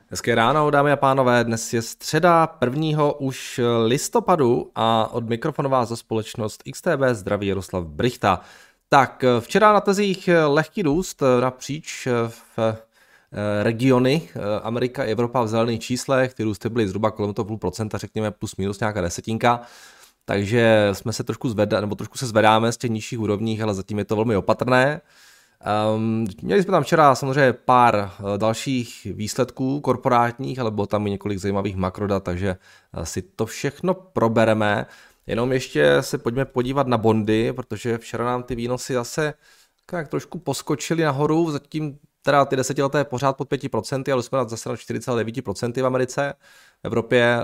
Hezké ráno, dámy a pánové, dnes je středa 1. už listopadu a od mikrofonu vás za společnost XTB zdraví Jaroslav Brychta. Tak včera na tezích lehký růst napříč v regiony Amerika a Evropa v zelených číslech, ty růsty byly zhruba kolem toho 0,5%, řekněme plus minus nějaká desetinka, takže jsme se trošku zvedáme z těch nižších úrovních, ale zatím je to velmi opatrné. Měli jsme tam včera samozřejmě pár dalších výsledků korporátních, ale bylo tam i několik zajímavých makrodat, takže si to všechno probereme. Jenom ještě se pojďme podívat na bondy, protože včera nám ty výnosy zase tak trošku poskočily nahoru, zatím teda ty desetileté pořád pod 5%, ale jsme zase na 4,9% v Americe. V Evropě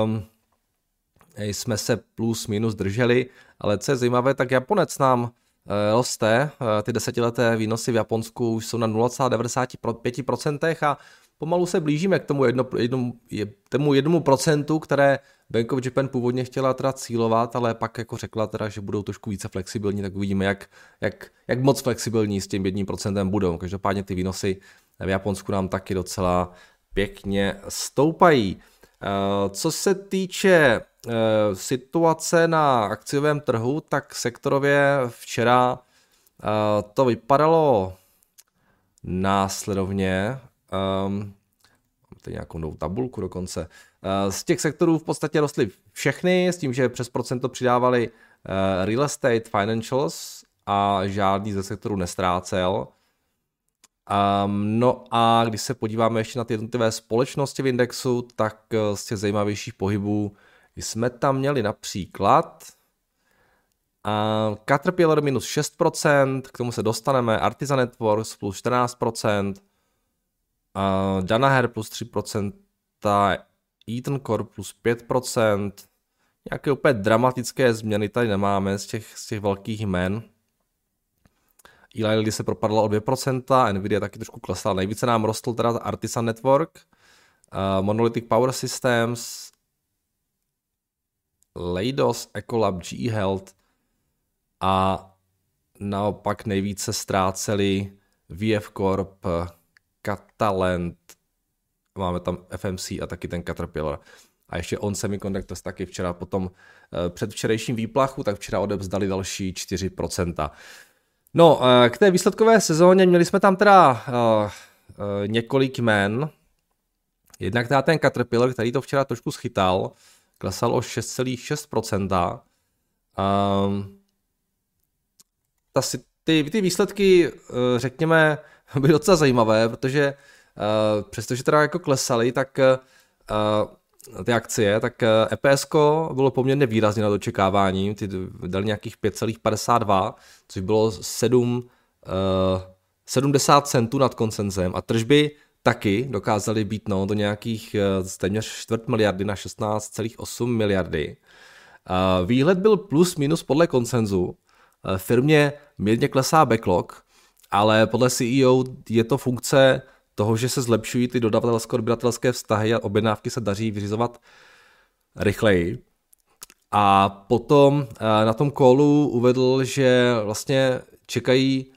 jsme se plus minus drželi, ale co je zajímavé, tak Japonec nám roste, ty desetileté výnosy v Japonsku už jsou na 0,95% a pomalu se blížíme k tomu 1%, které Bank of Japan původně chtěla teda cílovat, ale pak jako řekla teda, že budou trošku více flexibilní, tak uvidíme, jak moc flexibilní s tím 1% budou. Každopádně ty výnosy v Japonsku nám taky docela pěkně stoupají. Co se týče situace na akciovém trhu, tak sektorově včera to vypadalo následovně. Mám tady nějakou novou tabulku dokonce. Z těch sektorů v podstatě rostly všechny, s tím, že přes procento přidávali real estate, financials a žádný ze sektorů nestrácel. No a když se podíváme ještě na ty jednotlivé společnosti v indexu, tak z těch zajímavějších pohybů jsme tam měli například Caterpillar minus 6%, k tomu se dostaneme, Artisan Networks plus 14%, Danaher plus 3%, Eaton Corp plus 5%, nějaké úplně dramatické změny tady nemáme z těch velkých jmen. Eli Lilly se propadla o 2%, Nvidia taky trošku klesla, nejvíce nám rostl teda Artisan Network, Monolithic Power Systems, Leidos, Ecolab, GE Health a naopak nejvíce ztráceli VF Corp, Catalent, máme tam FMC a taky ten Caterpillar. A ještě On Semiconductors taky včera potom před včerejším výplachu, tak včera odevzdali další 4%. No, k té výsledkové sezóně měli jsme tam teda několik jmen. Jednak teda ten Caterpillar, který to včera trošku schytal, klesal o 6,6%. Ty výsledky, řekněme, byly docela zajímavé, protože přestože teda jako klesaly, tak ty akcie, tak EPS bylo poměrně výrazně nad očekáváním, ty dali nějakých 5,52, což bylo 70 centů nad konsenzem a tržby taky dokázaly být do nějakých téměř 250 miliardy na 16,8 miliardy. Výhled byl plus minus podle konsenzu, firmě mírně klesá backlog, ale podle CEO je to funkce toho, že se zlepšují ty dodavatelsko-odběratelské vztahy a objednávky se daří vyřizovat rychleji. A potom na tom callu uvedl, že vlastně čekají,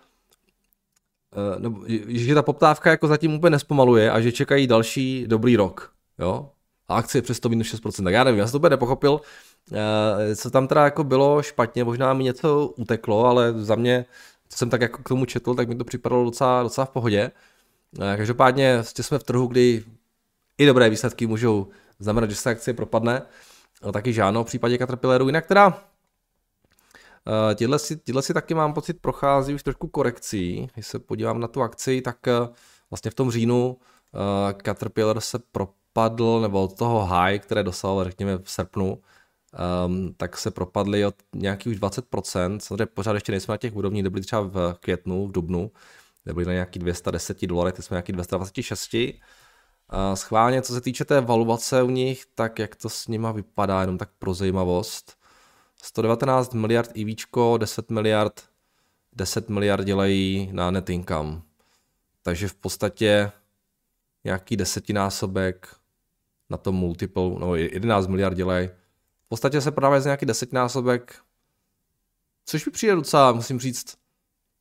že ta poptávka jako zatím úplně nespomaluje a že čekají další dobrý rok. Jo? A akcie přesto minus 6%. Tak já nevím, já jsem to úplně nepochopil, co tam teda jako bylo špatně, možná mi něco uteklo, ale za mě, co jsem tak jako k tomu četl, tak mi to připadalo docela v pohodě. Každopádně jsme v trhu, kdy i dobré výsledky můžou znamenat, že se akcie propadne, ale taky žádnou v případě Caterpillaru. Jinak teda tyhle si taky mám pocit prochází už trošku korekcí. Když se podívám na tu akci, tak vlastně v tom říjnu Caterpillar se propadl, nebo od toho high, které dosahoval řekněme v srpnu, tak se propadly od nějakých už 20%. Samozřejmě pořád ještě nejsme na těch úrovních, kde byly třeba v květnu, v dubnu, kde byly na nějaký $210, teď jsme nějaký 226. Schválně, co se týče té valuace u nich, tak jak to s nima vypadá, jenom tak pro zajímavost. 119 miliard EVčko, 10 miliard dělají na net income. Takže v podstatě nějaký desetinásobek na tom multiple, no 11 miliard dělají. V podstatě se prodávají za nějaký desetinásobek, což mi přijde docela, musím říct,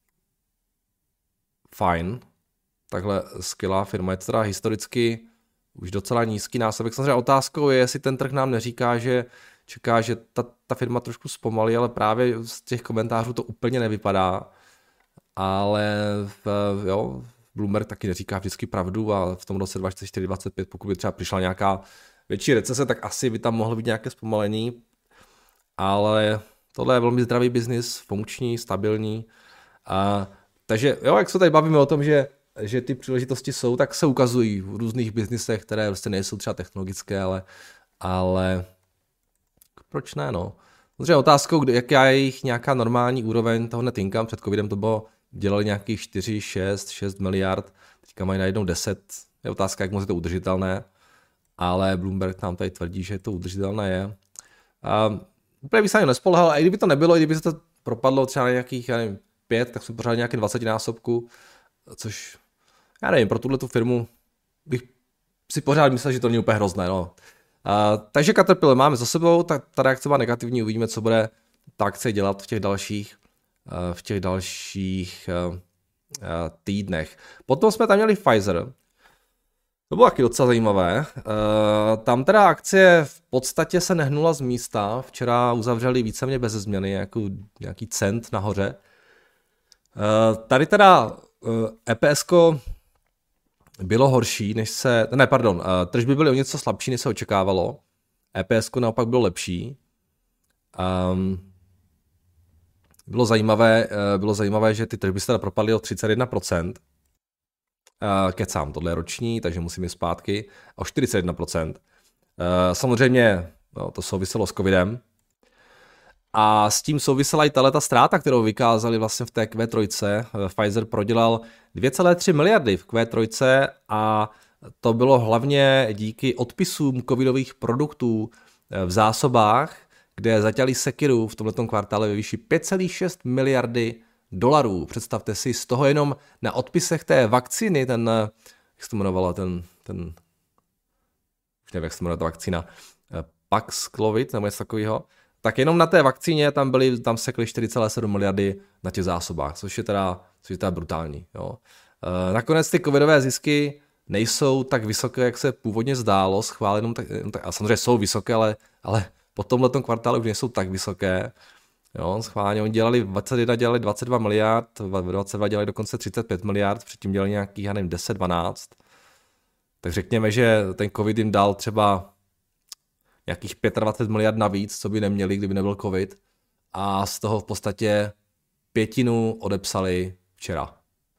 fajn. Takhle skvělá firma. Je to teda historicky už docela nízký násobek. Samozřejmě otázkou je, jestli ten trh nám neříká, že čeká, že ta firma trošku zpomalí, ale právě z těch komentářů to úplně nevypadá. Ale jo, Bloomberg taky neříká vždycky pravdu a v tom roce 2024-2025, pokud by třeba přišla nějaká větší recese, tak asi by tam mohlo být nějaké zpomalení. Ale tohle je velmi zdravý biznis, funkční, stabilní. Takže jo, jak se tady bavíme o tom, že ty příležitosti jsou, tak se ukazují v různých biznisech, které prostě nejsou třeba technologické, ale proč ne, no. Samozřejmě otázkou, jaká je jejich nějaká normální úroveň toho net income, před covidem to bylo, dělali nějakých 4, 6 miliard, teďka mají najednou 10, je otázka, jak moc je to udržitelné, ale Bloomberg nám tady tvrdí, že to udržitelné je. Úplně bych se ani nespolehal, a i kdyby to nebylo, i kdyby se to propadlo třeba na nějakých, já nevím, 5, tak jsme pořád nějaké 20 násobku, což, já nevím, pro tuhle tu firmu bych si pořád myslel, že to není úplně hrozné, no. Takže Caterpillar máme za sebou, ta reakce byla negativní, uvidíme, co bude ta akce dělat v těch dalších týdnech. Potom jsme tam měli Pfizer, to bylo taky docela zajímavé. Tam teda akcie v podstatě se nehnula z místa, včera uzavřeli víceméně bez změny, jako nějaký cent nahoře. Tady teda EPS-ko bylo horší, tržby byly o něco slabší, než se očekávalo. EPS-ko naopak bylo lepší. Bylo zajímavé, že ty tržby se teda propadly o 31%. Kecám, tohle je roční, takže musím jít zpátky. O 41%. Samozřejmě to souviselo s covidem. A s tím souvisela i ta ztráta, kterou vykázali vlastně v té Q3. Pfizer prodělal 2,3 miliardy v Q3 a to bylo hlavně díky odpisům covidových produktů v zásobách, kde zaťali sekiru v tomto kvartále ve výši 5,6 miliardy dolarů. Představte si, z toho jenom na odpisech té vakcíny, jak se to jmenovala, už nevím, jak se jmenovala ta vakcína, Paxlovid, nebo něco takového, tak jenom na té vakcíně tam sekli 4,7 miliardy na těch zásobách, což je teda brutální. Jo. Nakonec ty covidové zisky nejsou tak vysoké, jak se původně zdálo, schválenou, a samozřejmě jsou vysoké, ale po tomhletom kvartále už nejsou tak vysoké. Jo, schválně, oni dělali 22 miliard, 22 dělali dokonce 35 miliard, předtím dělali nějakých, já nevím, 10-12. Tak řekněme, že ten covid jim dal třeba nějakých 25 miliard navíc, co by neměli, kdyby nebyl covid. A z toho v podstatě 1/5 odepsali včera.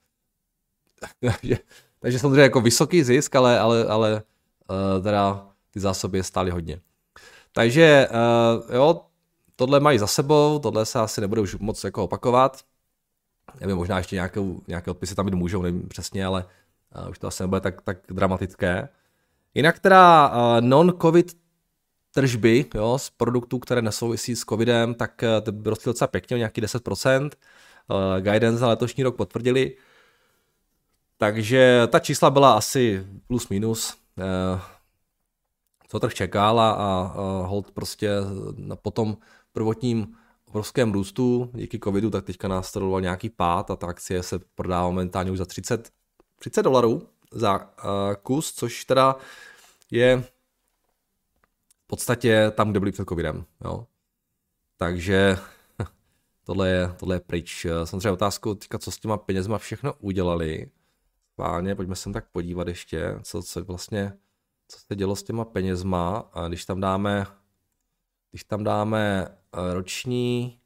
Takže samozřejmě jako vysoký zisk, ale teda ty zásoby stály hodně. Takže jo, tohle mají za sebou, tohle se asi nebude už moc jako opakovat. Nevím, možná ještě nějaké odpisy tam můžou, nevím přesně, ale už to asi nebude tak dramatické. Jinak teda non-covid tržby, jo, z produktů, které nesouvisí s covidem, tak rostly docela pěkně, nějaký 10%. Guidance na letošní rok potvrdili. Takže ta čísla byla asi plus minus, co trh čekal a hold prostě po tom prvotním obrovském růstu díky covidu, tak teďka následoval nějaký pád a ta akcie se prodává momentálně už za $30 za kus, což teda je v podstatě tam, kde byli před covidem. Jo. Takže tohle je pryč. Samozřejmě otázkou teďka, co s těma penězma všechno udělali. Schválně, pojďme se tak podívat ještě, co se dělo s těma penězma. A když tam dáme roční,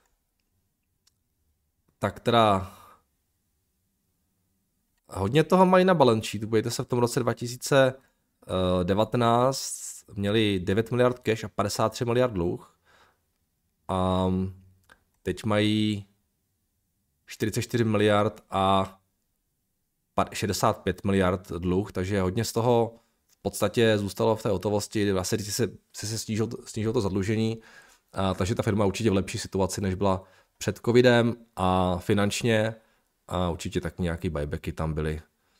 tak teda hodně toho mají na balance sheetu. Podívejte se, v tom roce 2019 měli 9 miliard cash a 53 miliard dluh. A teď mají 44 miliard a 65 miliard dluh, takže hodně z toho v podstatě zůstalo v té hotovosti, vlastně se snížilo to zadlužení, takže ta firma je určitě v lepší situaci, než byla před covidem a finančně a určitě tak nějaký buybacky tam byly.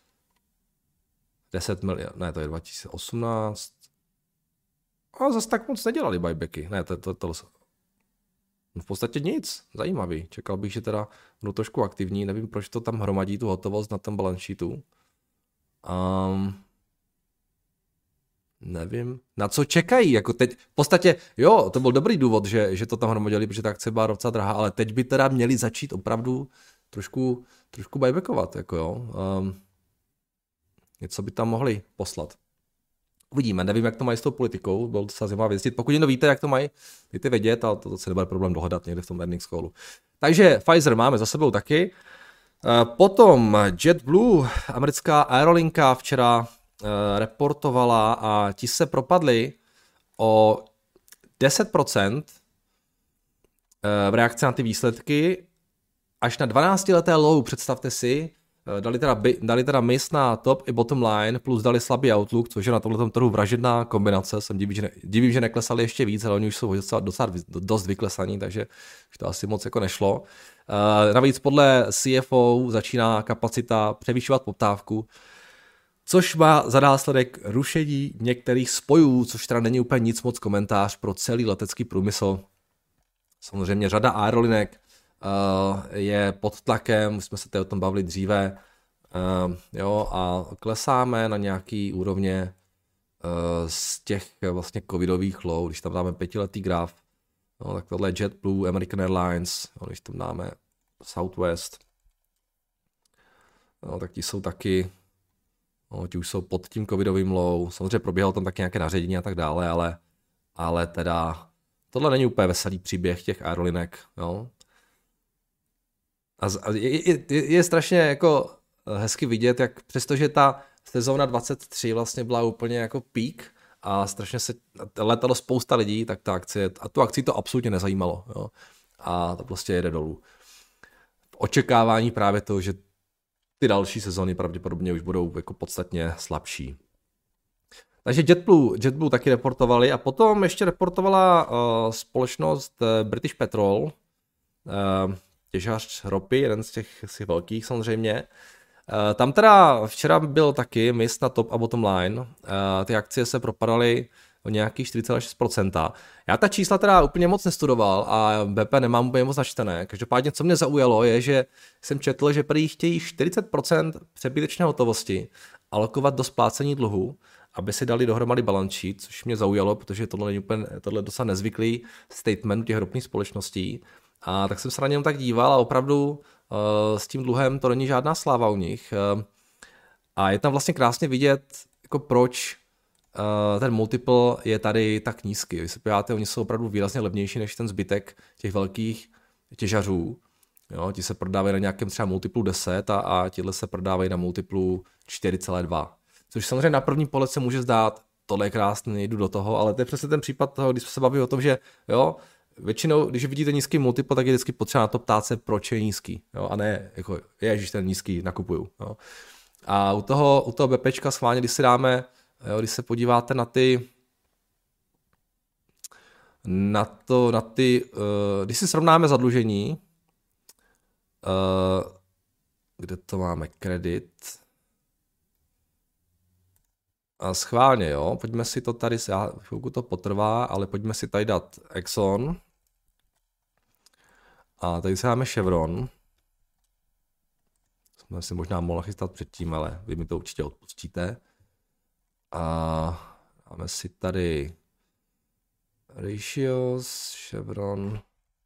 10 miliard, ne, to je 2018. A zase tak moc nedělali buybacky, ne, to v podstatě nic, zajímavý. Čekal bych, že teda budou trošku aktivní, nevím, proč to tam hromadí tu hotovost na tom balance sheetu. Nevím, na co čekají, jako teď, v podstatě, jo, to byl dobrý důvod, že to tam hromadili, protože ta akce byla docela drahá, ale teď by teda měli začít opravdu trošku buybackovat, jako jo. Něco by tam mohli poslat. Uvidíme, nevím, jak to mají s tou politikou, bylo docela zajímavé vědět. Pokud někdo víte, jak to mají, dejte vědět, ale to se nebude problém dohledat někde v tom earnings callu. Takže Pfizer máme za sebou taky. Potom JetBlue, americká aerolinka, včera reportovala a ti se propadli o 10% v reakci na ty výsledky až na 12leté low, představte si. Dali teda miss na top i bottom line, plus dali slabý outlook, což je na tomhle trhu vražedná kombinace. Jsem divím, že neklesali ještě víc, ale oni už jsou dost vyklesaní, takže už to asi moc jako nešlo. Navíc podle CFO začíná kapacita převýšovat poptávku, což má za následek rušení některých spojů, což teda není úplně nic moc komentář pro celý letecký průmysl. Samozřejmě řada aerolinek je pod tlakem, už jsme se tady o tom bavili dříve, jo, a klesáme na nějaký úrovně z těch vlastně covidových low, když tam dáme 5letý graf, no, tak tohle je JetBlue, American Airlines, no, když tam dáme Southwest, no, tak ti jsou taky, no, ti už jsou pod tím covidovým low, samozřejmě probíhalo tam taky nějaké naředění a tak dále, ale teda tohle není úplně veselý příběh těch aerolinek, jo. A je strašně jako hezky vidět, jak přestože ta sezóna 23 vlastně byla úplně jako peak a strašně se letalo spousta lidí, tak tu akci to absolutně nezajímalo. Jo. A to prostě jede dolů. V očekávání právě toho, že ty další sezóny pravděpodobně už budou jako podstatně slabší. Takže JetBlue taky reportovali a potom ještě reportovala společnost British Petrol, těžař ropy, jeden z těch velkých samozřejmě. Tam teda včera byl taky miss na top a bottom line. Ty akcie se propadaly o nějakých 4,6%. Já ta čísla teda úplně moc nestudoval a BP nemám úplně moc načtené. Každopádně, co mě zaujalo, je, že jsem četl, že prý chtějí 40% přebytečné hotovosti alokovat do splácení dluhu, aby si dali dohromady balance sheet, což mě zaujalo, protože tohle docela nezvyklý statement těch ropných společností. A tak jsem se na něm tak díval a opravdu s tím dluhem to není žádná sláva u nich. A je tam vlastně krásně vidět, jako proč ten multiple je tady tak nízký. Když se podíváte, oni jsou opravdu výrazně levnější než ten zbytek těch velkých těžařů. Jo, ti se prodávají na nějakém třeba multiplu 10 a tihle se prodávají na multiplu 4,2. Což samozřejmě na první pohled se může zdát, tohle je krásné, nejdu do toho, ale to je přesně ten případ toho, když jsme se bavili o tom, že jo, většinou, když vidíte nízký multiple, tak je vždycky potřeba na to ptát se, proč je nízký. Jo? A ne, jako, ježiš, ten nízký, nakupuju. Jo? A u toho BPčka schválně, když si dáme, jo, když se podíváte když si srovnáme zadlužení, kde to máme, kredit, a schválně, jo, pojďme si to tady, chvilku to potrvá, ale pojďme si tady dát Exxon. A tady si dáme Chevron. Jsme si možná mohli chystat předtím, ale vy mi to určitě odpustíte. A dáme si tady Ratios, Chevron.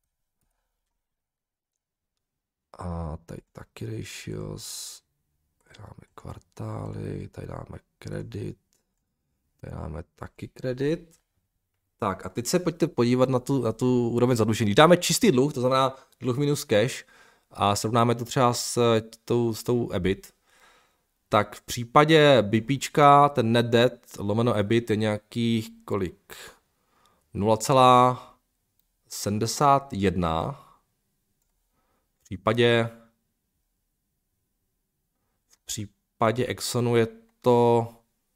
A tady taky Ratios. Tady dáme kvartály, tady dáme kredit. Tady máme taky kredit. Tak a teď se pojďte podívat na tu úroveň zadlužení. Když dáme čistý dluh, to znamená dluh minus cash, a srovnáme to třeba s tou EBIT, tak v případě BPčka ten net debt lomeno EBIT je nějakých kolik? 0,71. V případě Exxonu je to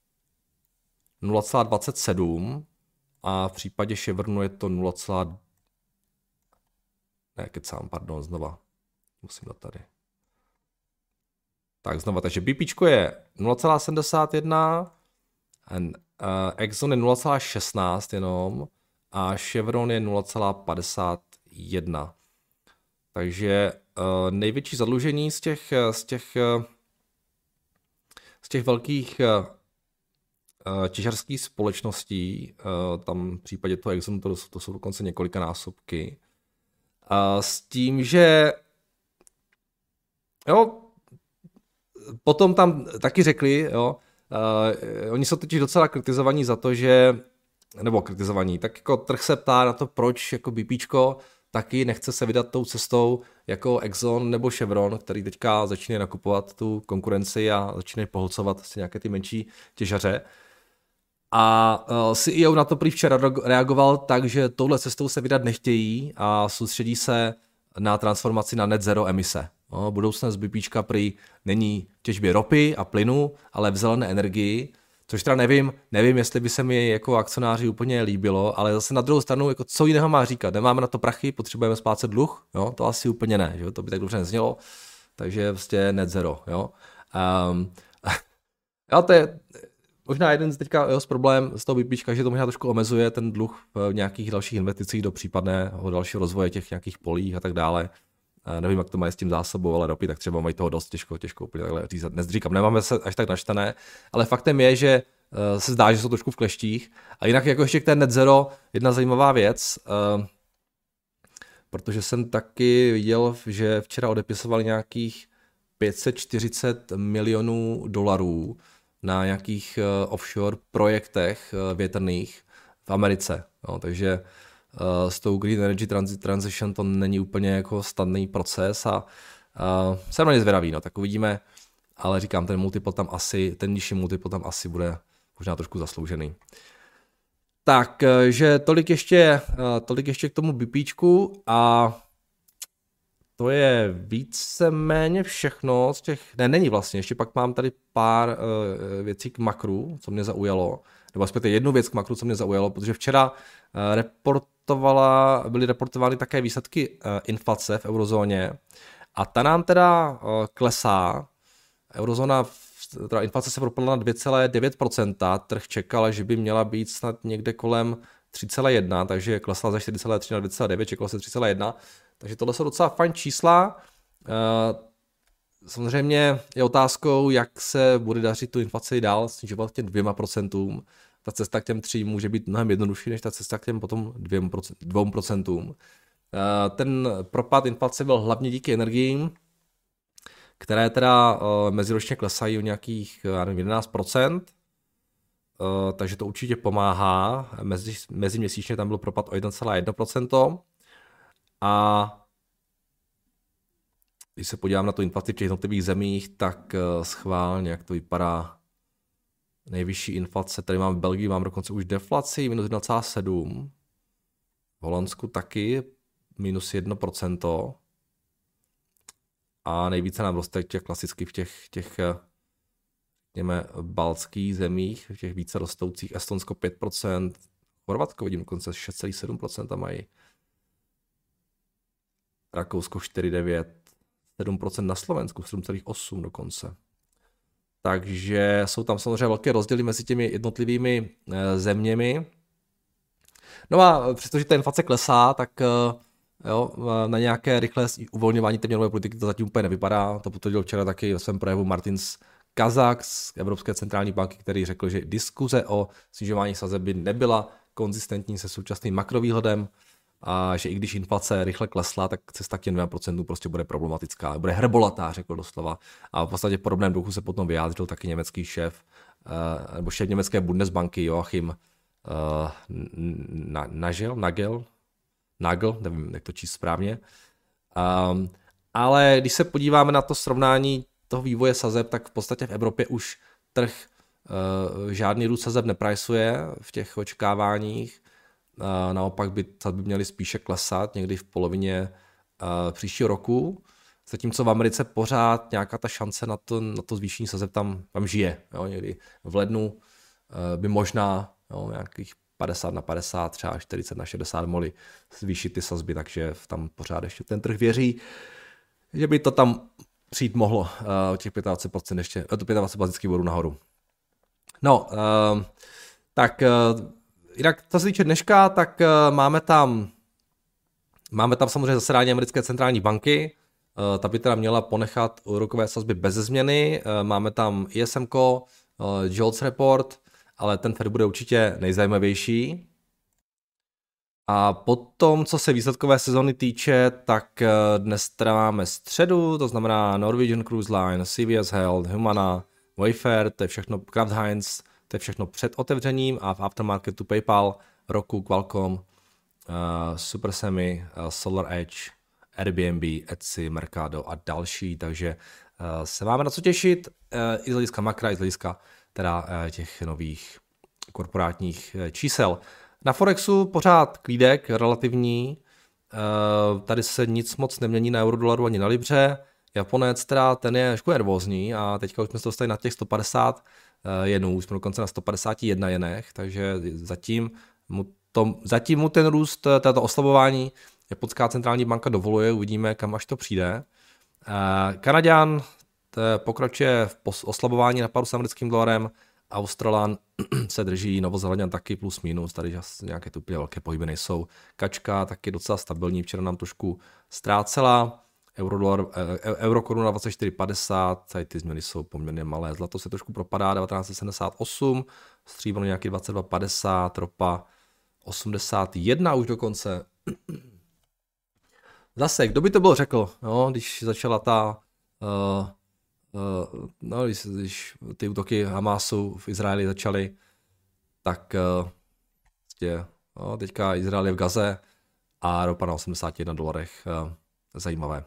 0,27 a v případě Chevronu je to 0, ne, kecám, pardon, znova. Musím dát tady. Tak znova, takže BPčko je 0,71, Exxon je 0,16 jenom a Chevron je 0,51. Takže největší zadlužení z těch velkých těžařských společností, tam v případě toho Exxonu to jsou dokonce několika násobky, s tím, že jo, potom tam taky řekli, jo, oni jsou totiž docela kritizovaní za to, že, nebo kritizovaní, tak jako trh se ptá na to, proč jako BPčko taky nechce se vydat tou cestou jako Exxon nebo Chevron, který teďka začínají nakupovat tu konkurenci a začínají pohlcovat si nějaké ty menší těžaře. A CEO na to prý včera reagoval tak, že touhle cestou se vydat nechtějí a soustředí se na transformaci na net zero emise. No, budoucnost BPčka prý není v těžbě ropy a plynu, ale v zelené energii, což teda nevím, jestli by se mi jako akcionáři úplně líbilo, ale zase na druhou stranu, jako co jiného má říkat, nemáme na to prachy, potřebujeme splácet dluh, jo? To asi úplně ne, že? To by tak dobře neznělo, takže prostě net zero. Jo? Jo, to je možná jeden z teďka z problém z toho BPčka, že to možná trošku omezuje ten dluh v nějakých dalších investicích do případného dalšího rozvoje těch nějakých polí a tak dále. Nevím, jak to mají s tím zásobou, ale ropy, tak třeba mají toho dost těžko úplně takhle říkat. Neříkám, nemáme se až tak naštvané, ale faktem je, že se zdá, že jsou trošku v kleštích. A jinak jako ještě k té net zero, jedna zajímavá věc, protože jsem taky viděl, že včera odepisovali nějakých 540 milionů dolarů na nějakých offshore projektech větrných v Americe. No, takže s tou Green Energy Transition to není úplně jako snadný proces a jsem na ně zvědavý, no, tak uvidíme, ale říkám, ten nižší multiple tam asi bude možná trošku zasloužený. Takže tolik ještě k tomu BPčku a to je víceméně všechno z těch, není vlastně, ještě pak mám tady pár věcí k makru, co mě zaujalo, nebo respektive jednu věc k makru, co mě zaujalo, protože včera byly reportovány také výsledky inflace v eurozóně a ta nám teda klesá. Eurozóna, teda inflace se propadla na 2,9%, trh čekal, že by měla být snad někde kolem 3,1, takže klesla ze 4,3 na 2,9, čekalo se 3,1, takže tohle jsou docela fajn čísla. Samozřejmě je otázkou, jak se bude dařit tu inflaci dál snižovat k těm 2%. Ta cesta k těm 3 může být mnohem jednodušší, než ta cesta k těm potom 2%. Ten propad inflace byl hlavně díky energiím, které teda meziročně klesají o nějakých 11%, takže to určitě pomáhá. Meziměsíčně tam byl propad o 1,1%. A když se podívám na tu inflaci v těch jednotlivých zemích, tak schválně, jak to vypadá. Nejvyšší inflace, tady mám v Belgii, mám dokonce už deflaci, minus 1,7. V Holandsku taky, minus 1%. A nejvíce nám roste klasicky v těch baltských zemích, v těch více rostoucích, Estonsko 5%, Chorvatsko vidím dokonce 6,7% mají. Rakousko 4,9%, 7% na Slovensku, 7,8% dokonce. Takže jsou tam samozřejmě velké rozdíly mezi těmi jednotlivými zeměmi. No a přestože ta inflace klesá, tak jo, na nějaké rychlé uvolňování té měnové politiky to zatím úplně nevypadá. To potvrdil včera taky ve svém projevu Martins Kazak z Evropské centrální banky, který řekl, že diskuze o snižování sazeb by nebyla konzistentní se současným makrovýhledem a že i když inflace rychle klesla, tak cesta k těm 2% prostě bude problematická, bude hrbolatá, řekl doslova. A v podstatě v podobném duchu se potom vyjádřil taky německý šéf, nebo šéf německé Bundesbanky Joachim Nagel, nevím, jak to číst správně. Ale když se podíváme na to srovnání toho vývoje sazeb, tak v podstatě v Evropě už trh žádný růst sazeb nepricuje v těch očekáváních. Naopak by sazby měly spíše klesat někdy v polovině příštího roku. Zatímco v Americe pořád nějaká ta šance na to zvýšení sazeb tam žije. Jo? Někdy v lednu by možná nějakých 50/50, třeba 40/60 mohli zvýšit ty sazby, takže tam pořád ještě ten trh věří, že by to tam přijít mohlo o těch 25% ještě, o to 25 bazických bodů nahoru. No, tak jinak co se týče dneška, tak máme tam samozřejmě zasedání americké centrální banky, ta by teda měla ponechat úrokové sazby bez změny, máme tam ISMko, Jolts report ale ten Fed bude určitě nejzajímavější. A potom, co se výsledkové sezony týče, tak dnes teda máme středu, to znamená Norwegian Cruise Line, CVS Health, Humana, Wayfair, to je všechno Kraft Heinz, to je všechno před otevřením a v aftermarketu PayPal, Roku, Qualcomm, Supersemi, Solar Edge, Airbnb, Etsy, Mercado a další, takže se máme na co těšit i z hlediska makra, i z hlediska teda těch nových korporátních čísel. Na Forexu pořád klídek relativní, tady se nic moc nemění na eurodolaru ani na libře, Japonec teda ten je trošku nervózní a teďka už jsme se dostali na těch 150 jenů, jsme dokonce na 151 jenech, takže zatím mu ten růst, tato oslabování Japonská centrální banka dovoluje, uvidíme, kam až to přijde. Kanaďan pokračuje v oslabování na paru s americkým dolarem, Australan se drží, Novozélanďan taky plus minus, tady nějaké ty úplně velké pohyby nejsou. Kačka taky docela stabilní, včera nám trošku ztrácela, eurokoruna 24,50, tady ty změny jsou poměrně malé, zlato se trošku propadá 19,78, stříbro nějaký 22,50, ropa 81 už dokonce. Zase, kdo by to byl řekl, no, když začala když ty útoky Hamasu v Izraeli začaly, tak teďka Izrael je v Gaze a ropa na $81. Zajímavé.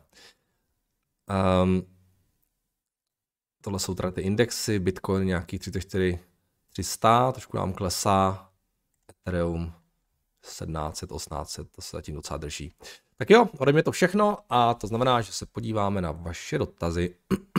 Tohle jsou tady ty indexy, Bitcoin nějaký 34 300, trošku nám klesá, Ethereum 1700, 1800, to se zatím docela drží. Tak jo, ode mě to všechno a to znamená, že se podíváme na vaše dotazy.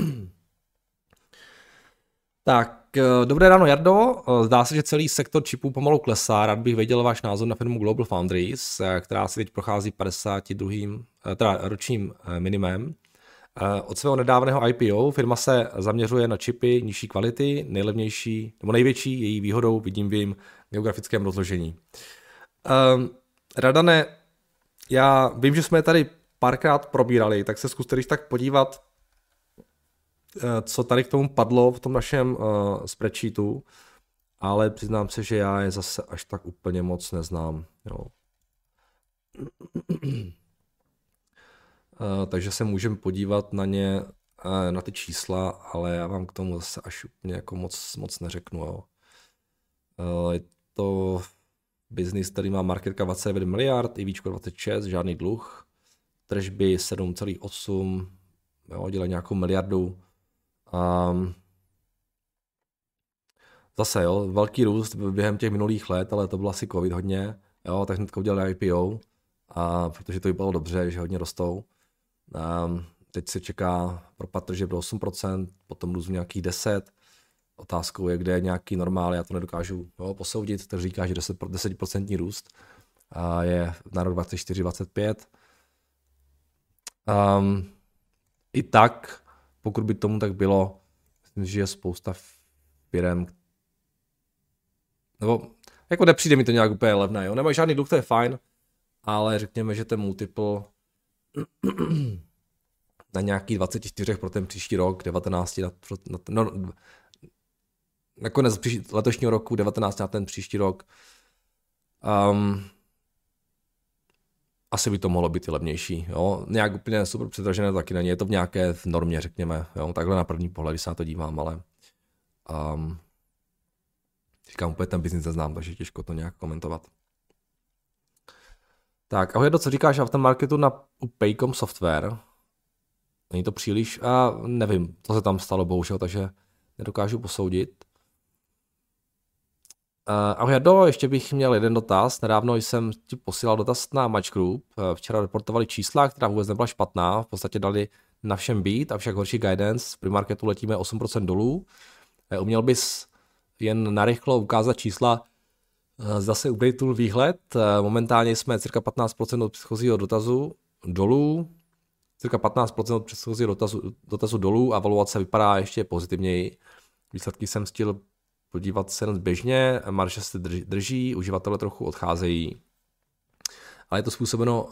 Tak, dobré ráno Jardo, zdá se, že celý sektor čipů pomalu klesá, rád bych věděl váš názor na firmu Global Foundries, která si teď prochází 52. ročním minimem. Od svého nedávného IPO firma se zaměřuje na čipy nižší kvality, nejlevnější nebo největší její výhodou vidím v jejím geografickém rozložení. Radane, já vím, že jsme je tady párkrát probírali, tak se zkuste když tak podívat, co tady k tomu padlo v tom našem spreadsheetu, ale přiznám se, že já je zase až tak úplně moc neznám. Jo. Takže se můžeme podívat na ně, na ty čísla, ale já vám k tomu zase až úplně jako moc neřeknu. Jo. Je to business, který má market cap 29 miliard, IVčko 26, žádný dluh, tržby 7,8, dělají nějakou miliardu. Zase velký růst během těch minulých let, ale to byl asi covid hodně, tak hnedka udělali IPO, protože to vypadalo dobře, že hodně rostou. Teď se čeká propad tržeb do 8%, potom růst v nějakých 10%. Otázkou je, kde je nějaký normál, já to nedokážu posoudit, tak říká, že 10% růst je na rok 24-25. I tak, pokud by tomu tak bylo, myslím, že je spousta firem, nebo jako nepřijde mi to nějak úplně levné, nemají žádný dluh, to je fajn, ale řekněme, že ten multiple na nějaký 24 pro ten příští rok, 19 nakonec letošního roku, 19 na ten příští rok, asi by to mohlo být i levnější. Nějak úplně super předražené taky není, je to v nějaké normě, řekněme. Takhle na první pohled, když se na to dívám, ale říkám, úplně ten biznis neznám, takže těžko to nějak komentovat. Tak, ahoj, co říkáš v aftermarketu u Paycom Software? Není to příliš, nevím, co se tam stalo, bohužel, takže nedokážu posoudit. Ahoj Jardo, ještě bych měl jeden dotaz. Nedávno jsem ti posílal dotaz na Match Group. Včera reportovali čísla, která vůbec nebyla špatná. V podstatě dali na všem beat, avšak horší guidance. V premarketu letíme 8% dolů. Uměl bys jen narychlo ukázat čísla, zase updateul výhled. Momentálně jsme cirka 15% od předchozího dotazu dolů. Cirka 15% od předchozího dotazu dolů a valuace vypadá ještě pozitivněji. Výsledky jsem stihl podívat se běžně, marže se drží, uživatelé trochu odcházejí. Ale je to způsobeno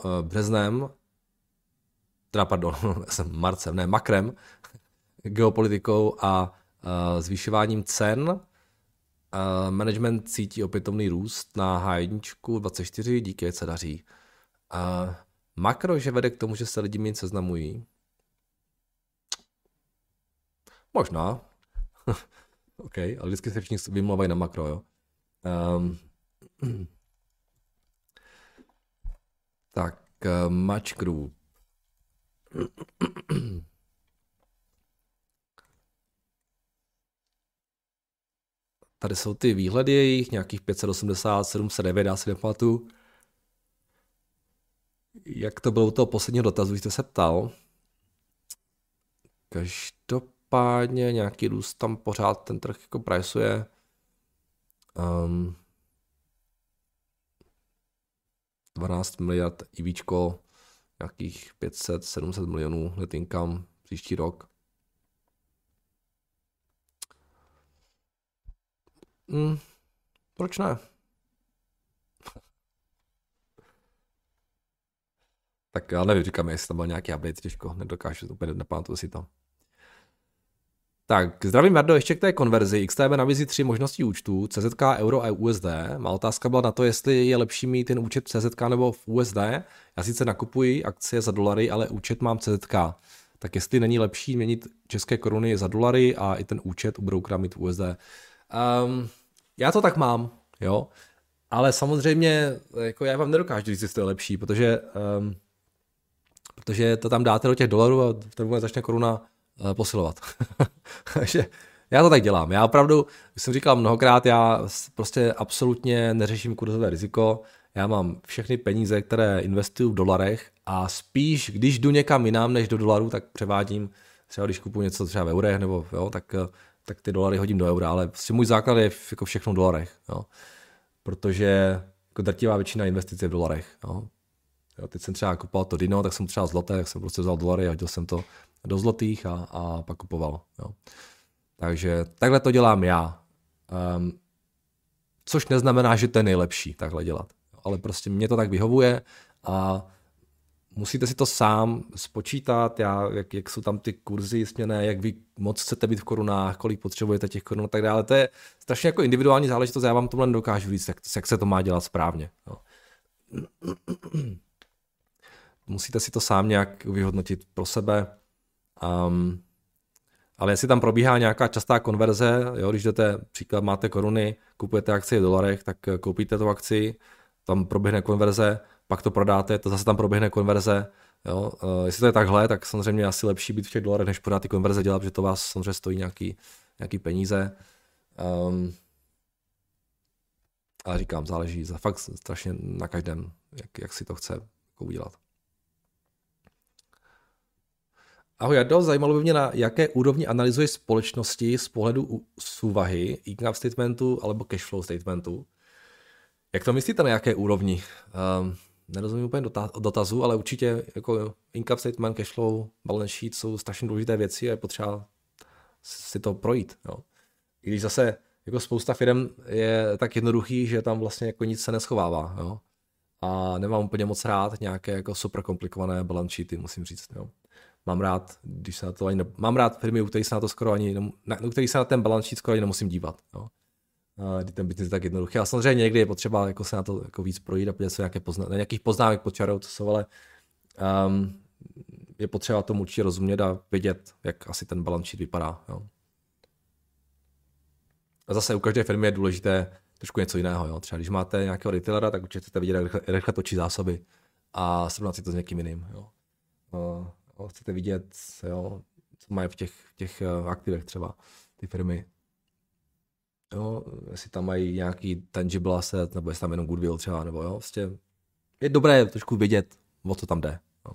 makrem, geopolitikou a zvyšováním cen Management cítí opětovný růst na H1 24, díky se daří. Makro, že vede k tomu, že se lidi méně seznamují. Možná. OK, ale vždycky se všichni vymlouvají na makro, jo. Tak, Match Group. Tady jsou ty výhledy jejich, nějakých 580, 709, já si nepamatuju. Jak to bylo u toho posledního dotazu, jste se ptal. Každopádně nějaký růst tam pořád ten trh jako priceuje. 12 miliard EVčko, nějakých 500-700 milionů net income příští rok. Proč ne? Tak já nevím, říkám, jestli tam byl nějaký update, těžko, nedokážu úplně, nepamatuji si to. Tak, zdravím Jardo, ještě k té konverzi. XTB nabízí 3 možnosti účtů, CZK, euro a USD. Má otázka byla na to, jestli je lepší mít ten účet CZK nebo v USD. Já sice nakupuji akcie za dolary, ale účet mám CZK. Tak jestli není lepší měnit české koruny za dolary a i ten účet u brokera mít USD. Já to tak mám, jo. Ale samozřejmě, jako já vám nedokážu říct, jestli to je lepší, protože to tam dáte do těch dolarů a v ten moment začne koruna posilovat. Takže já to tak dělám. Já opravdu, jak jsem říkal mnohokrát, já prostě absolutně neřeším kurzové riziko. Já mám všechny peníze, které investuju v dolarech a spíš, když jdu někam jinam než do dolarů, tak převádím, třeba když kupuju něco třeba v eurech, nebo jo, tak ty dolary hodím do eura, ale prostě můj základ je jako všechno v dolarech, jo. Protože jako drtivá většina investic je v dolarech. Jo. Teď jsem třeba kupoval to Dino, tak jsem třeba zlaté, tak jsem prostě vzal dolary a hodil jsem to do zlotých a pak kupoval. Jo. Takže takhle to dělám já. Což neznamená, že to je nejlepší takhle dělat. Ale prostě mě to tak vyhovuje a musíte si to sám spočítat, jak jsou tam ty kurzy směnné, jak vy moc chcete být v korunách, kolik potřebujete těch korun a tak dále. To je strašně jako individuální záležitost, já vám tohle nedokážu říct, jak se to má dělat správně. Jo. Musíte si to sám nějak vyhodnotit pro sebe. Ale jestli tam probíhá nějaká častá konverze, jo, když jdete, příklad máte koruny, kupujete akcie v dolarech, tak koupíte tu akci, tam proběhne konverze, pak to prodáte, to zase tam proběhne konverze. Jo. Jestli to je takhle, tak samozřejmě je asi lepší být v těch dolarech, než pořád ty konverze dělat, protože to vás samozřejmě stojí nějaký peníze. Ale říkám, záleží fakt strašně na každém, jak si to chce jako udělat. Ahoj Jardo, zajímalo by mě, na jaké úrovni analyzuješ společnosti z pohledu úvahy, income statementu alebo cash flow statementu. Jak to myslíte, na jaké úrovni? Nerozumím úplně dotazu, ale určitě jako income statement, cash flow, balance sheet jsou strašně důležité věci a je potřeba si to projít. Jo. I když zase jako spousta firm je tak jednoduchý, že tam vlastně jako nic se neschovává. Jo. A nemám úplně moc rád nějaké jako super komplikované balance sheety, musím říct. Jo. Mám rád, když se na to mám rád firmy, u kterých se na to skoro u kterých se na ten balance sheet skoro ani nemusím dívat. Jo. Ten business je tak jednoduchý. A samozřejmě někdy je potřeba jako se na to jako víc projít a podívat se nějakých poznámek pod čarou, co jsou, ale je potřeba tomu určitě rozumět a vědět, jak asi ten balance sheet vypadá. Jo. A zase u každé firmy je důležité trošku něco jiného. Jo. Třeba když máte nějakého retailera, tak určitě chcete vidět, jak rychle točí zásoby a srovnat si to s někým jiným. Jo. Chcete vidět, jo, co mají v těch aktivech třeba ty firmy. Jo, jestli tam mají nějaký tangible asset, nebo jestli tam jenom goodwill třeba, nebo jo, vlastně je dobré trošku vědět, o co tam jde. Jo.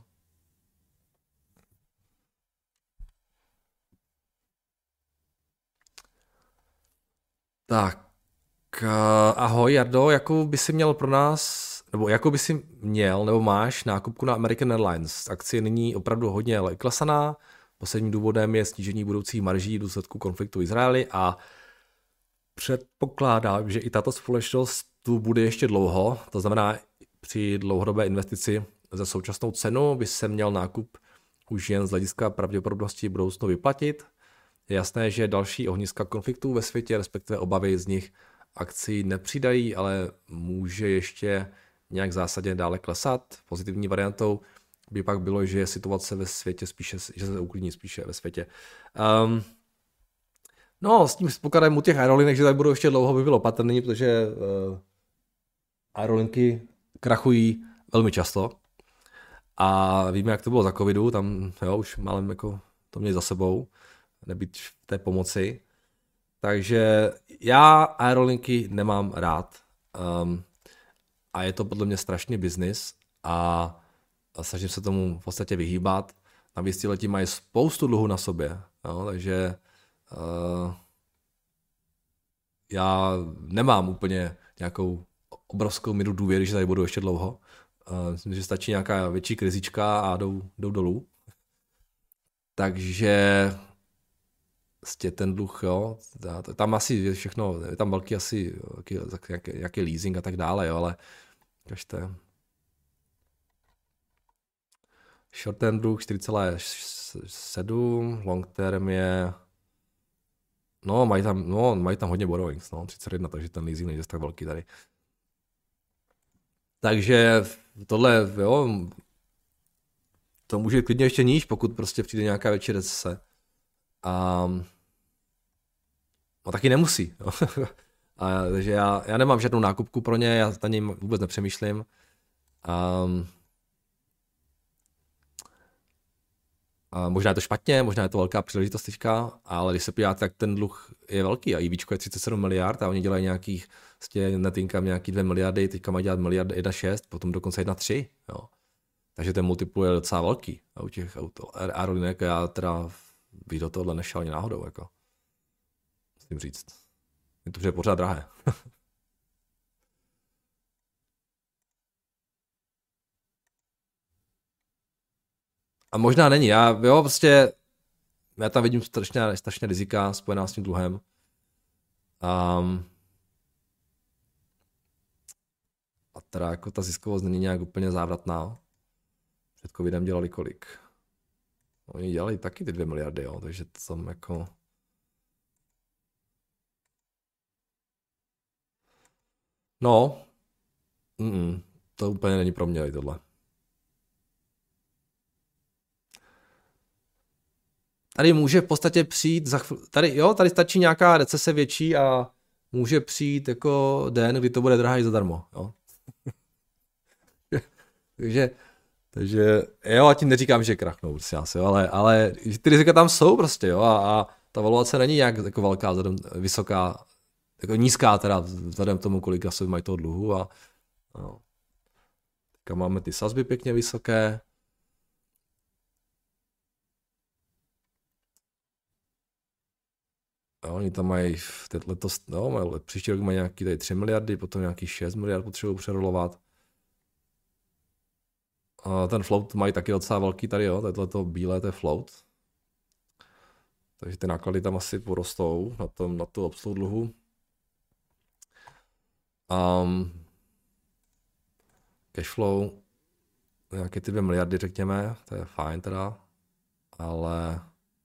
Tak, ahoj Jardo, jakou by si měl pro nás, nebo jakou by si měl, nebo máš nákupku na American Airlines? Akcie je nyní opravdu hodně klesaná, posledním důvodem je snížení budoucích marží v důsledku konfliktu v Izraeli a předpokládám, že i tato společnost tu bude ještě dlouho, to znamená při dlouhodobé investici za současnou cenu by se měl nákup už jen z hlediska pravděpodobnosti budoucnu vyplatit. Je jasné, že další ohniska konfliktů ve světě, respektive obavy z nich, akci nepřidají, ale může ještě nějak zásadně dále klesat. Pozitivní variantou by pak bylo, že je situace ve světě spíše, že se uklidní spíše ve světě. No, s tím pokladem u těch aerolinek, že tady budou ještě dlouho, by bylo patrný, protože aerolinky krachují velmi často. A víme, jak to bylo za covidu, tam jo, už málem jako to měli za sebou, nebýt v té pomoci. Takže já aerolinky nemám rád. A je to podle mě strašný biznis a snažím se tomu v podstatě vyhýbat. Navíc ty leti mají spoustu dluhu na sobě, jo, takže já nemám úplně nějakou obrovskou míru důvěry, že tady budu ještě dlouho. Myslím, že stačí nějaká větší krizička a jdou dolů. Takže vlastně ten dluh, jo, tam asi všechno, je tam velký asi jaký leasing a tak dále, jo, ale kažte. Short term dluh 4,7, long term je, no mají tam hodně borrowings, no, 31, takže ten leasing není tak velký tady. Takže tohle, jo, to může klidně ještě níž, pokud prostě přijde nějaká větší recese. No taky nemusí. Jo. Takže já nemám žádnou nákupku pro ně, já na něj vůbec nepřemýšlím. Možná je to špatně, možná je to velká příležitost teďka, ale když se podíváte, tak ten dluh je velký a EVčko je 37 miliard a oni dělají nějakých, net income nějaký 2 miliardy, teďka mají dělat miliard 1,6, potom dokonce 1,3. Jo. Takže ten multiple je docela velký a u těch aerolinek já teda bych do tohohle nešel ani náhodou, jako. Musím říct. Je to pořád drahé. A možná není, já tam vidím strašně rizika spojená s tím dluhem. A teda jako ta ziskovost není nějak úplně závratná. Před covidem dělali kolik? Oni dělali taky ty 2 miliardy, jo, takže to tam jako... No, to úplně není pro mě tohle. Tady může v podstatě přijít, tady stačí nějaká recese větší a může přijít jako den, kdy to bude drahé zadarmo, jo. takže jo, a tím neříkám, že krachnou, prostě asi, ale ty rizika tam jsou prostě, jo, a ta valuace není nějak jako velká, vysoká, jako nízká teda, vzhledem k tomu, kolik asi mají toho dluhu a no. Teďka máme ty sazby pěkně vysoké. Jo, oni tam mají letos, no, příští rok mají nějaký tady 3 miliardy, potom nějaký 6 miliard potřebují přerolovat. A ten float mají taky docela velký tady, jo, tohleto bílé, to je float. Takže ty náklady tam asi porostou na tu obsluhu dluhu. Cashflow, nějaké ty 2 miliardy řekněme, to je fajn teda, ale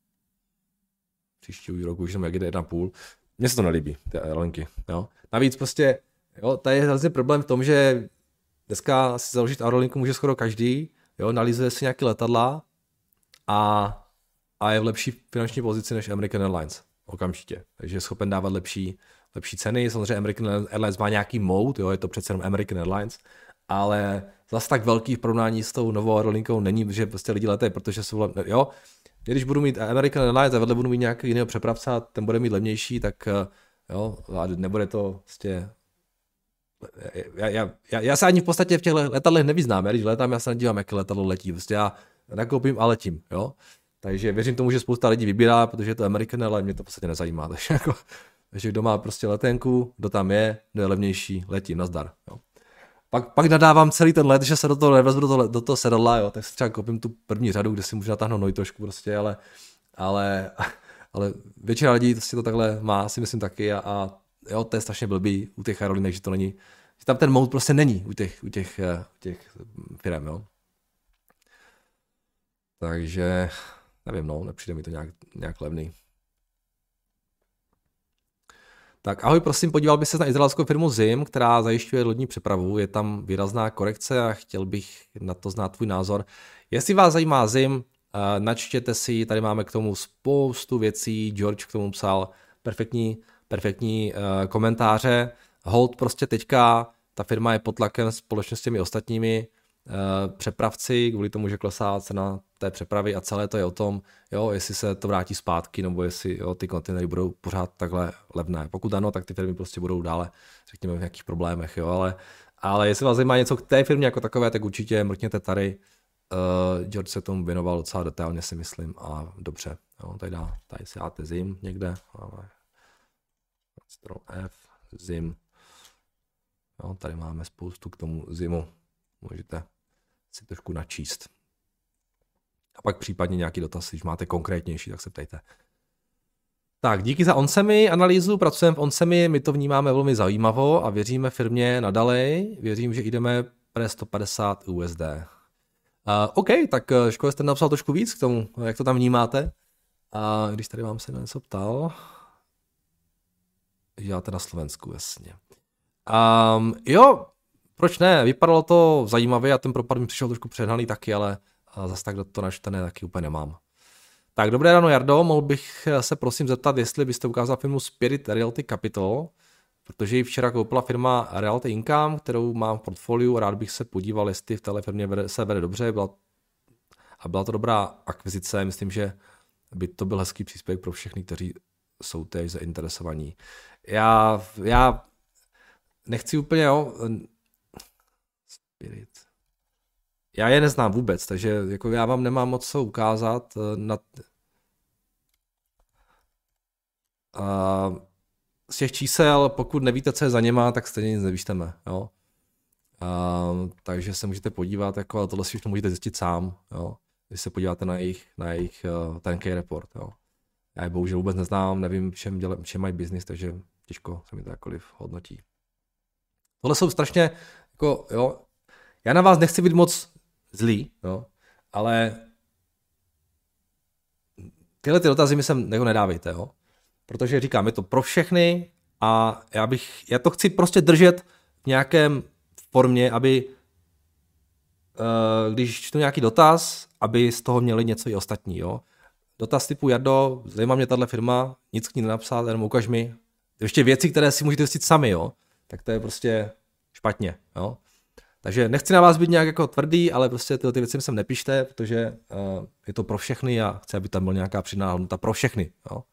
příští rok už jsem jak jde 1,5. Mně se to nelíbí, ty aerolinky, jo. Navíc prostě, jo, tady je hrozně problém v tom, že dneska si založit aerolinku může skoro každý, jo, nalízuje si nějaké letadla a je v lepší finanční pozici než American Airlines, okamžitě. Takže je schopen dávat lepší ceny. Samozřejmě American Airlines má nějaký mode, jo, je to přece jenom American Airlines, ale zase tak velký v porovnání s tou novou aerolinkou není, že prostě lidi letají, protože jsou, jo, když budu mít American Airlines a vedle budu mít nějaký jiného přepravce a ten bude mít levnější, tak jo, a nebude to prostě... Já se ani v podstatě v těch letadlech nevyznám, když letám, já se nedívám, jaké letadlo letí, prostě já nakoupím a letím, jo. Takže věřím tomu, že spousta lidí vybírá, protože je to American Airlines, mě to v podstatě nezajímá, takže kdo má prostě letenku, kdo tam je, kdo je levnější, letí, nazdar, jo. Pak nadávám celý ten let, že se do toho nevezmu do toho sedadla, jo, tak si třeba koupím tu první řadu, kde si můžu natáhnout nohy trošku prostě, ale většina lidí si to takhle má, si myslím taky a jo, to je strašně blbý u těch aerolinek, že to není, že tam ten mode prostě není u těch firem, jo. Takže, nevím, no, nepřijde mi to nějak levný. Tak ahoj, prosím, podíval bych se na izraelskou firmu ZIM, která zajišťuje lodní přepravu. Je tam výrazná korekce a chtěl bych na to znát tvůj názor. Jestli vás zajímá ZIM, načtěte si, tady máme k tomu spoustu věcí, George k tomu psal perfektní komentáře. Hold prostě teďka, ta firma je pod tlakem společně s těmi ostatními přepravci, kvůli tomu, že klesá cena té přepravy a celé to je o tom, jo, jestli se to vrátí zpátky, nebo jestli ty kontejnery budou pořád takhle levné. Pokud ano, tak ty firmy prostě budou dále, řekněme, v nějakých problémech, jo, ale jestli vás zajímá něco k té firmě jako takové, tak určitě mrkněte tady. George se tomu věnoval docela detailně, si myslím, a dobře. Jo, tady si dáte ZIM někde. F, ZIM. Jo, tady máme spoustu k tomu ZIMu. Můžete si trošku načíst. A pak případně nějaký dotaz, když máte konkrétnější, tak se ptejte. Tak, díky za Onsemi analýzu, pracujeme v Onsemi, my to vnímáme velmi zajímavo a věříme firmě nadalej. Věřím, že jdeme pre 150 USD. OK, tak škoda jste napsal trošku víc k tomu, jak to tam vnímáte. A když tady vám se na něco ptal, děláte na Slovensku, jasně. Jo, proč ne, vypadalo to zajímavě a ten propad mi přišel trošku přehnaný taky, ale zase tak to načtené taky úplně nemám. Tak dobré ráno, Jardo, mohl bych se prosím zeptat, jestli byste ukázal firmu Spirit Realty Capital, protože ji včera koupila firma Realty Income, kterou mám v portfoliu a rád bych se podíval, jestli v téhle firmě se vede dobře byla to dobrá akvizice, myslím, že by to byl hezký příspěvek pro všechny, kteří jsou teď zainteresovaní. Já nechci úplně, jo, Spirit. Já je neznám vůbec, takže jako já vám nemám moc co ukázat. Z těch čísel, pokud nevíte, co je za něma, tak stejně nic nevyčteme. Jo? Takže se můžete podívat, jako, ale tohle si všechno můžete zjistit sám, jo? Když se podíváte na jejich tenký report. Jo? Já je bohužel vůbec neznám, nevím, čem mají business, takže těžko se mi to jakkoliv hodnotí. Tohle jsou strašně, jako, jo, já na vás nechci být moc zlý, jo, ale tyhle ty dotazy mi sem nedávejte, jo, protože říkám, je to pro všechny a já to chci prostě držet v nějakém formě, aby když čtu nějaký dotaz, aby z toho měli něco i ostatní, jo. Dotaz typu Jardo, zajímá mě tahle firma, nic k ní nenapsat, jenom ukaž mi ještě věci, které si můžete zjistit sami, jo, tak to je prostě špatně, jo. Takže nechci na vás být nějak jako tvrdý, ale prostě ty věci mi sem nepište, protože je to pro všechny a chci, aby tam byla nějaká přidaná hodnota pro všechny. Jo.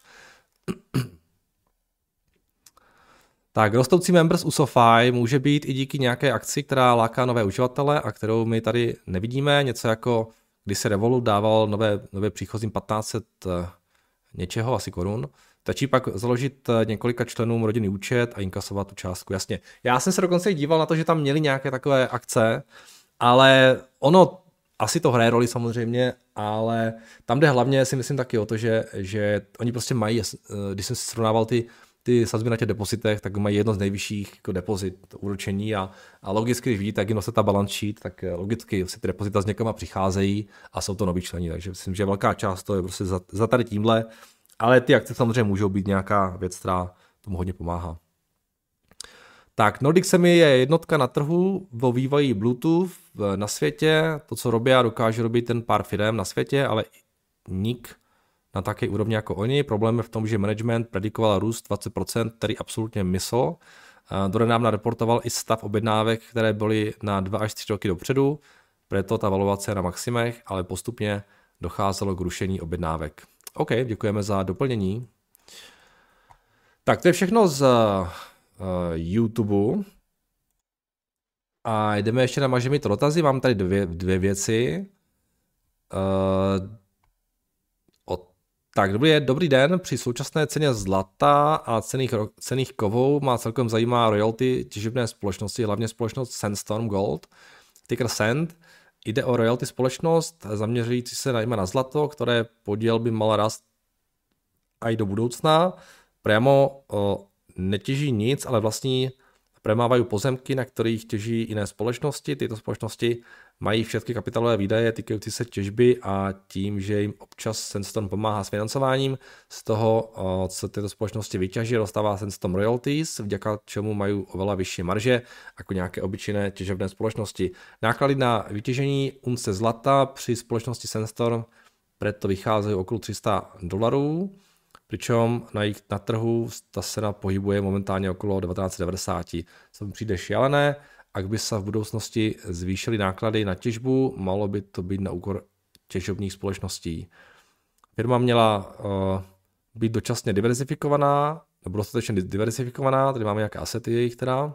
Tak, rostoucí members u SoFi může být i díky nějaké akci, která láká nové uživatele a kterou my tady nevidíme. Něco jako, když se Revolut dával nové příchozím 1500 něčeho, asi korun. Stačí pak založit několika členům rodinný účet a inkasovat tu částku, jasně. Já jsem se dokonce díval na to, že tam měli nějaké takové akce, ale ono, asi to hraje roli samozřejmě, ale tam jde hlavně, si myslím taky o to, že oni prostě mají, když jsem si srovnával ty sazby na těch depozitech, tak mají jedno z nejvyšších jako depozit úročení a logicky, když vidíte, jak jim ta balance sheet, tak logicky si ty depozita s někama přicházejí a jsou to noví členi, takže myslím, že velká část to je prostě za tady tímhle. Ale ty akce samozřejmě můžou být nějaká věc, která tomu hodně pomáhá. Tak, Nordic Semi je jednotka na trhu vo vývoji Bluetooth na světě. To, co robí a dokáže robit ten pár firem na světě, ale nik na také úrovni jako oni. Problém je v tom, že management predikoval růst 20%, který absolutně mysl. Donedávna reportoval i stav objednávek, které byly na 2 až 3 roky dopředu. Proto ta valuace je na maximech, ale postupně docházelo k rušení objednávek. OK, děkujeme za doplnění. Tak to je všechno z YouTube. A jdeme ještě na mažemito dotazy. Mám tady dvě věci. Tak, dobrý den. Při současné ceně zlata a cenných kovů má celkem zajímá royalty těžebné společnosti, hlavně společnost Sandstorm Gold, ticker Sand. Jde o royalty společnost zaměřující se na zlato, které podíl by mal rast i do budoucna. Priamo netěží nic, ale vlastní Premávají pozemky, na kterých těží jiné společnosti. Tyto společnosti mají všechny kapitálové výdaje týkající se těžby a tím, že jim občas Sandstorm pomáhá s financováním, z toho, co tyto společnosti vyťaží, dostává Sandstorm royalties, vďaka čemu mají oveľa vyšší marže jako nějaké obyčejné těžebné společnosti. Náklady na vytěžení unce zlata při společnosti Sandstorm preto vycházejí okolo $300, přičem na trhu ta cena pohybuje momentálně okolo 1990. Co mi přijde šialené, ak by se v budoucnosti zvýšily náklady na těžbu, malo by to být na úkor těžebních společností. Firma měla být dočasně diverzifikovaná, nebo dostatečně diverzifikovaná, tady máme nějaké asety jejich teda.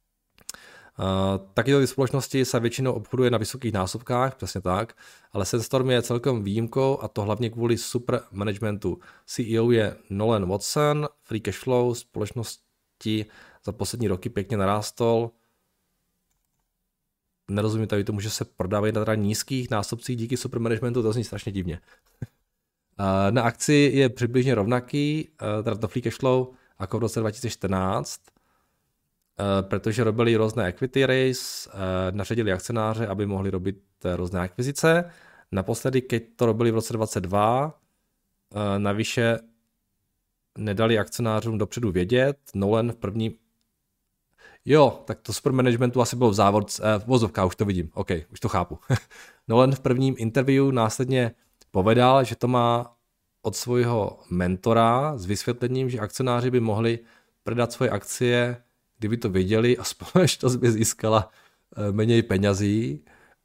Taky ty společnosti se většinou obchoduje na vysokých násobkách, přesně tak, ale Sandstorm je celkem výjimkou a to hlavně kvůli super managementu. CEO je Nolan Watson, free cash flow společnosti za poslední roky pěkně narástol. Nerozumím tady tomu, že se prodávají na nízkých násobcích díky super managementu, to zní strašně divně. Na akci je přibližně rovnaký, teda to free cash flow, jako v roce 2014, protože robili různé equity raise, naředili akcionáře, aby mohli robit různé akvizice. Naposledy, keď to robili v roce 2022, navyše nedali akcionářům dopředu vědět. Nolan v prvním... Jo, tak to super managementu asi bylo v vozovkách, už to vidím, OK, už to chápu. Nolan v prvním interview následně povedal, že to má od svého mentora s vysvětlením, že akcionáři by mohli prodat svoje akcie, kdyby to věděli a společnost by získala méně penězí.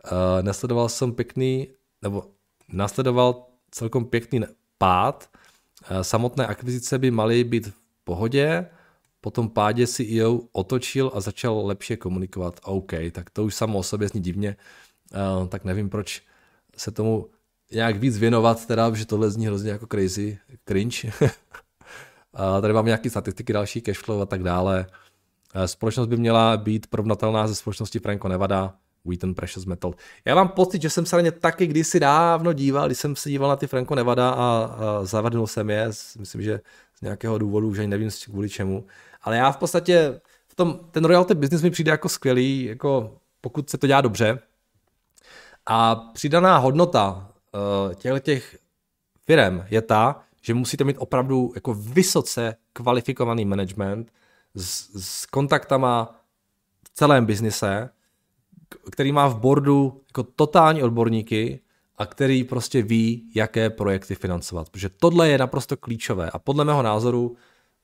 Následoval celkom pěkný pád. Samotné akvizice by maly být v pohodě, po tom pádě CEO otočil a začal lepší komunikovat. OK, tak to už samo o sobě zní divně, tak nevím, proč se tomu nějak víc věnovat, teda, že tohle zní hrozně jako crazy, cringe. Tady mám nějaké statistiky, další cashflow a tak dále. Společnost by měla být porovnatelná ze společnosti Franco-Nevada, Wheaton Precious Metal. Já mám pocit, že jsem se na ně taky kdysi dávno díval, když jsem se díval na ty Franco-Nevada a zavrdnul jsem je, myslím, že z nějakého důvodu, už ani nevím kvůli čemu. Ale já v podstatě, ten royalty business mi přijde jako skvělý, jako pokud se to dělá dobře. A přidaná hodnota těch firem je ta, že musíte mít opravdu jako vysoce kvalifikovaný management s kontaktama v celém biznise, který má v boardu jako totální odborníky a který prostě ví, jaké projekty financovat. Protože tohle je naprosto klíčové a podle mého názoru,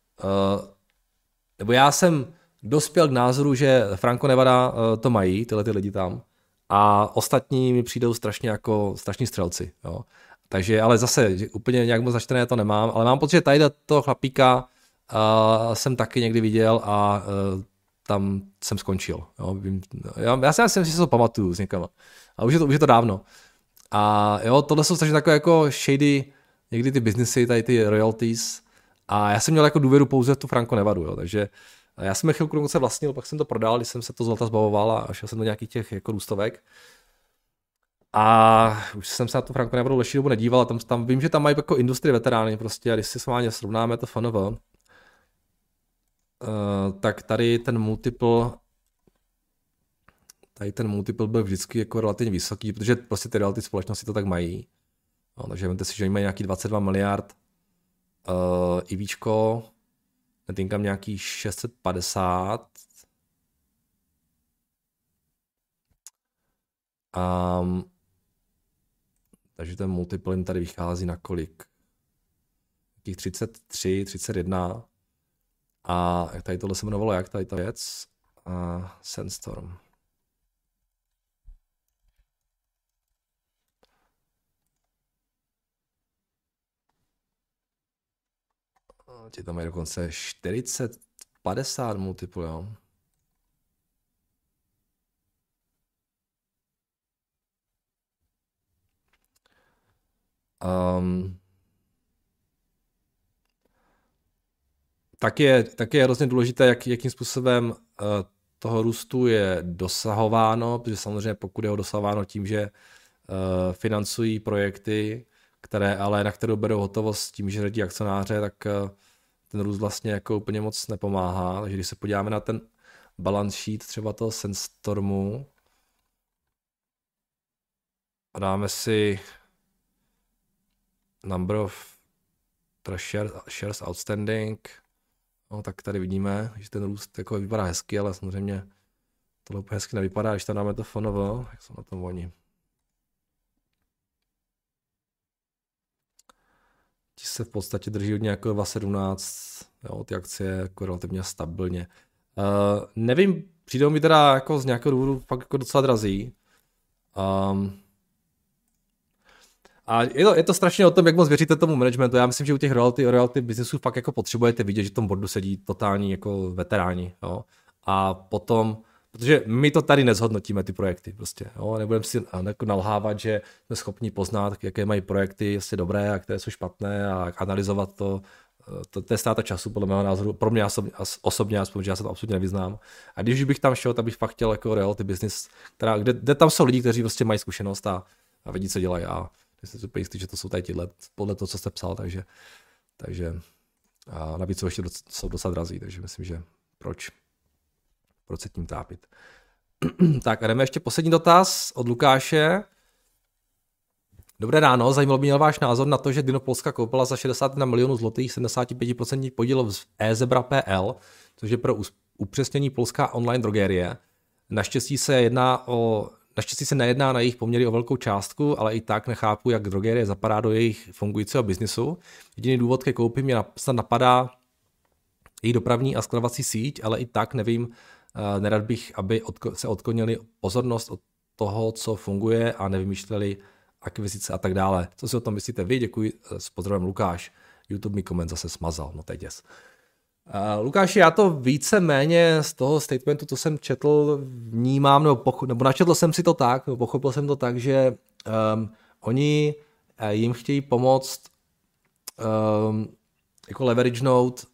nebo já jsem dospěl k názoru, že Franco-Nevada to mají, tyhle ty lidi tam, a ostatní mi přijdou strašně jako strašní střelci. Jo. Takže, ale zase úplně nějak moc začtené to nemám, ale mám pocit, že tady toho chlapíka jsem taky někdy viděl a tam jsem skončil. Jo. Já si myslím, že si to pamatuju z někam. A už je to dávno. A jo, tohle jsou strašně takové jako shady, někdy ty biznesy, tady ty royalties. A já jsem měl jako důvěru pouze v tu Franco-Nevadu, jo. Takže já jsem je chvilku dokonce vlastnil, pak jsem to prodal, když jsem se to zlata zbavoval a šel jsem do nějakých těch jako růstovek. A už jsem se na tu Franco-Nevadu lepší dobu nedíval a tam vím, že tam mají jako industrie veterány prostě a když si s vámi srovnáme to FNV, tak tady ten multiple byl vždycky jako relativně vysoký, protože prostě ty reality společnosti to tak mají. No, takže vemte si, že mají nějaký 22 miliard, IVčko, netinkám nějaký 650. Takže ten multiple jim tady vychází na kolik? Jakých 33, 31. A jak tady tohle se jmenovalo, jak tady ta věc? Sandstorm. Ti tam mají dokonce 40, 50 multiple, jo. Tak je hrozně důležité, jakým způsobem toho růstu je dosahováno, protože samozřejmě pokud je ho dosahováno tím, že financují projekty, na kterou berou hotovost tím, že radí akcionáře, tak ten růst vlastně jako úplně moc nepomáhá. Takže když se podíváme na ten balance sheet třeba toho Sandstormu a dáme si number of shares outstanding. No, tak tady vidíme, že ten růst jako vypadá hezky, ale samozřejmě tohle úplně hezky nevypadá, když tam dáme to FONV, jak jsou na tom oni. Ti se v podstatě drží od nějakého 2,17, jo, ty akcie jako relativně stabilně. Nevím, přijdou mi teda jako z nějakého důvodu fakt jako docela drazí. A je to strašně o tom, jak moc věříte tomu managementu. Já myslím, že u těch royalty businessů fakt jako potřebujete vidět, že v tom boardu sedí totální jako veteráni. Jo? A potom, protože my to tady nezhodnotíme ty projekty prostě. Jo? Nebudeme si nalhávat, že jsme schopni poznat, jaké mají projekty jestli dobré a které jsou špatné a analyzovat to. To je ztráta času, podle mého názoru. Pro mě osobně, aspoň, že já se to absolutně nevyznám. A když bych tam šel, tak bych fakt chtěl jako royalty business, kde tam jsou lidi, kteří prostě mají zkušenost a vidí, co dělají. A jsem si úplně jistý, že to jsou tady tyhle, podle toho, co jste psal, takže a navíc jsou ještě jsou docela drazí, takže myslím, že proč se tím trápit. Tak a jdeme ještě poslední dotaz od Lukáše. Dobré ráno, zajímalo by měl váš názor na to, že Dino Polska koupila za 61 milionů zlotých 75% podíl v eZebra.pl, což je pro upřesnění polská online drogerie. Naštěstí se nejedná na jejich poměry o velkou částku, ale i tak nechápu, jak drogerie zapadá do jejich fungujícího biznisu. Jediný důvod ke koupi mě napadá jejich dopravní a skladovací síť, ale i tak nevím, nerad bych, aby se odklonili pozornost od toho, co funguje a nevymýšleli akvizice a tak dále. Co si o tom myslíte vy? Děkuji, s pozdravem Lukáš. YouTube mi koment zase smazal, no teď yes. Lukáši, já to víceméně z toho statementu, co jsem četl, vnímám, nebo načetl jsem si to tak, nebo pochopil jsem to tak, že oni jim chtějí pomoct jako leveragenout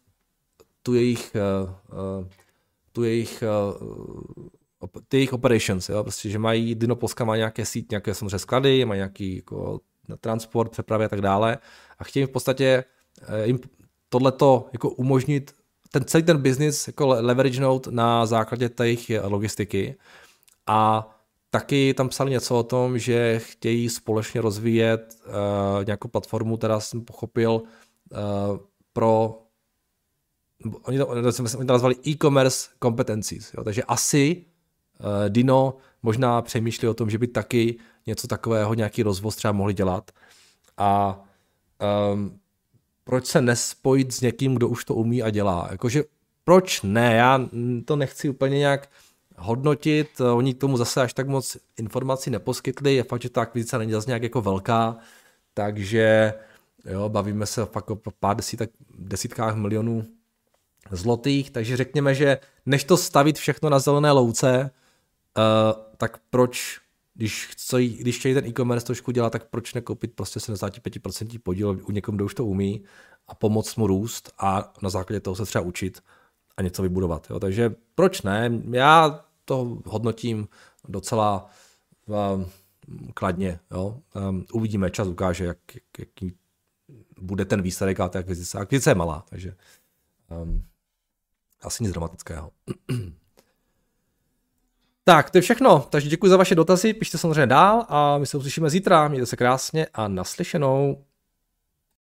ty jejich operations, jo? Prostě, že mají, Dino Polska má nějaké síť, nějaké samozřejmě sklady, mají nějaký jako transport, přepravy a tak dále a chtějí v podstatě jim tohleto jako umožnit celý ten business jako leveragenout na základě té jejich logistiky a taky tam psali něco o tom, že chtějí společně rozvíjet nějakou platformu, teda jsem pochopil, pro oni to nazvali e-commerce competencies, jo? Takže asi Dino možná přemýšlí o tom, že by taky něco takového, nějaký rozvoz třeba mohli dělat a proč se nespojit s někým, kdo už to umí a dělá. Jakože proč ne, já to nechci úplně nějak hodnotit, oni k tomu zase až tak moc informací neposkytli, je fakt, že ta akvizice není zase nějak jako velká, takže jo, bavíme se fakt o pár desítkách milionů zlotých, takže řekněme, že než to stavit všechno na zelené louce, tak proč, když chtějí ten e-commerce trošku dělat, tak proč nekoupit prostě 75% podíl u někom, kdo už to umí a pomoct mu růst a na základě toho se třeba učit a něco vybudovat. Jo? Takže proč ne? Já to hodnotím docela kladně. Jo? Uvidíme, čas ukáže, jaký bude ten výsledek a ta akvizice. Akvizice je malá, takže asi nic dramatického. Tak, to je všechno. Takže děkuji za vaše dotazy, pište samozřejmě dál a my se uslyšíme zítra. Mějte se krásně a naslyšenou.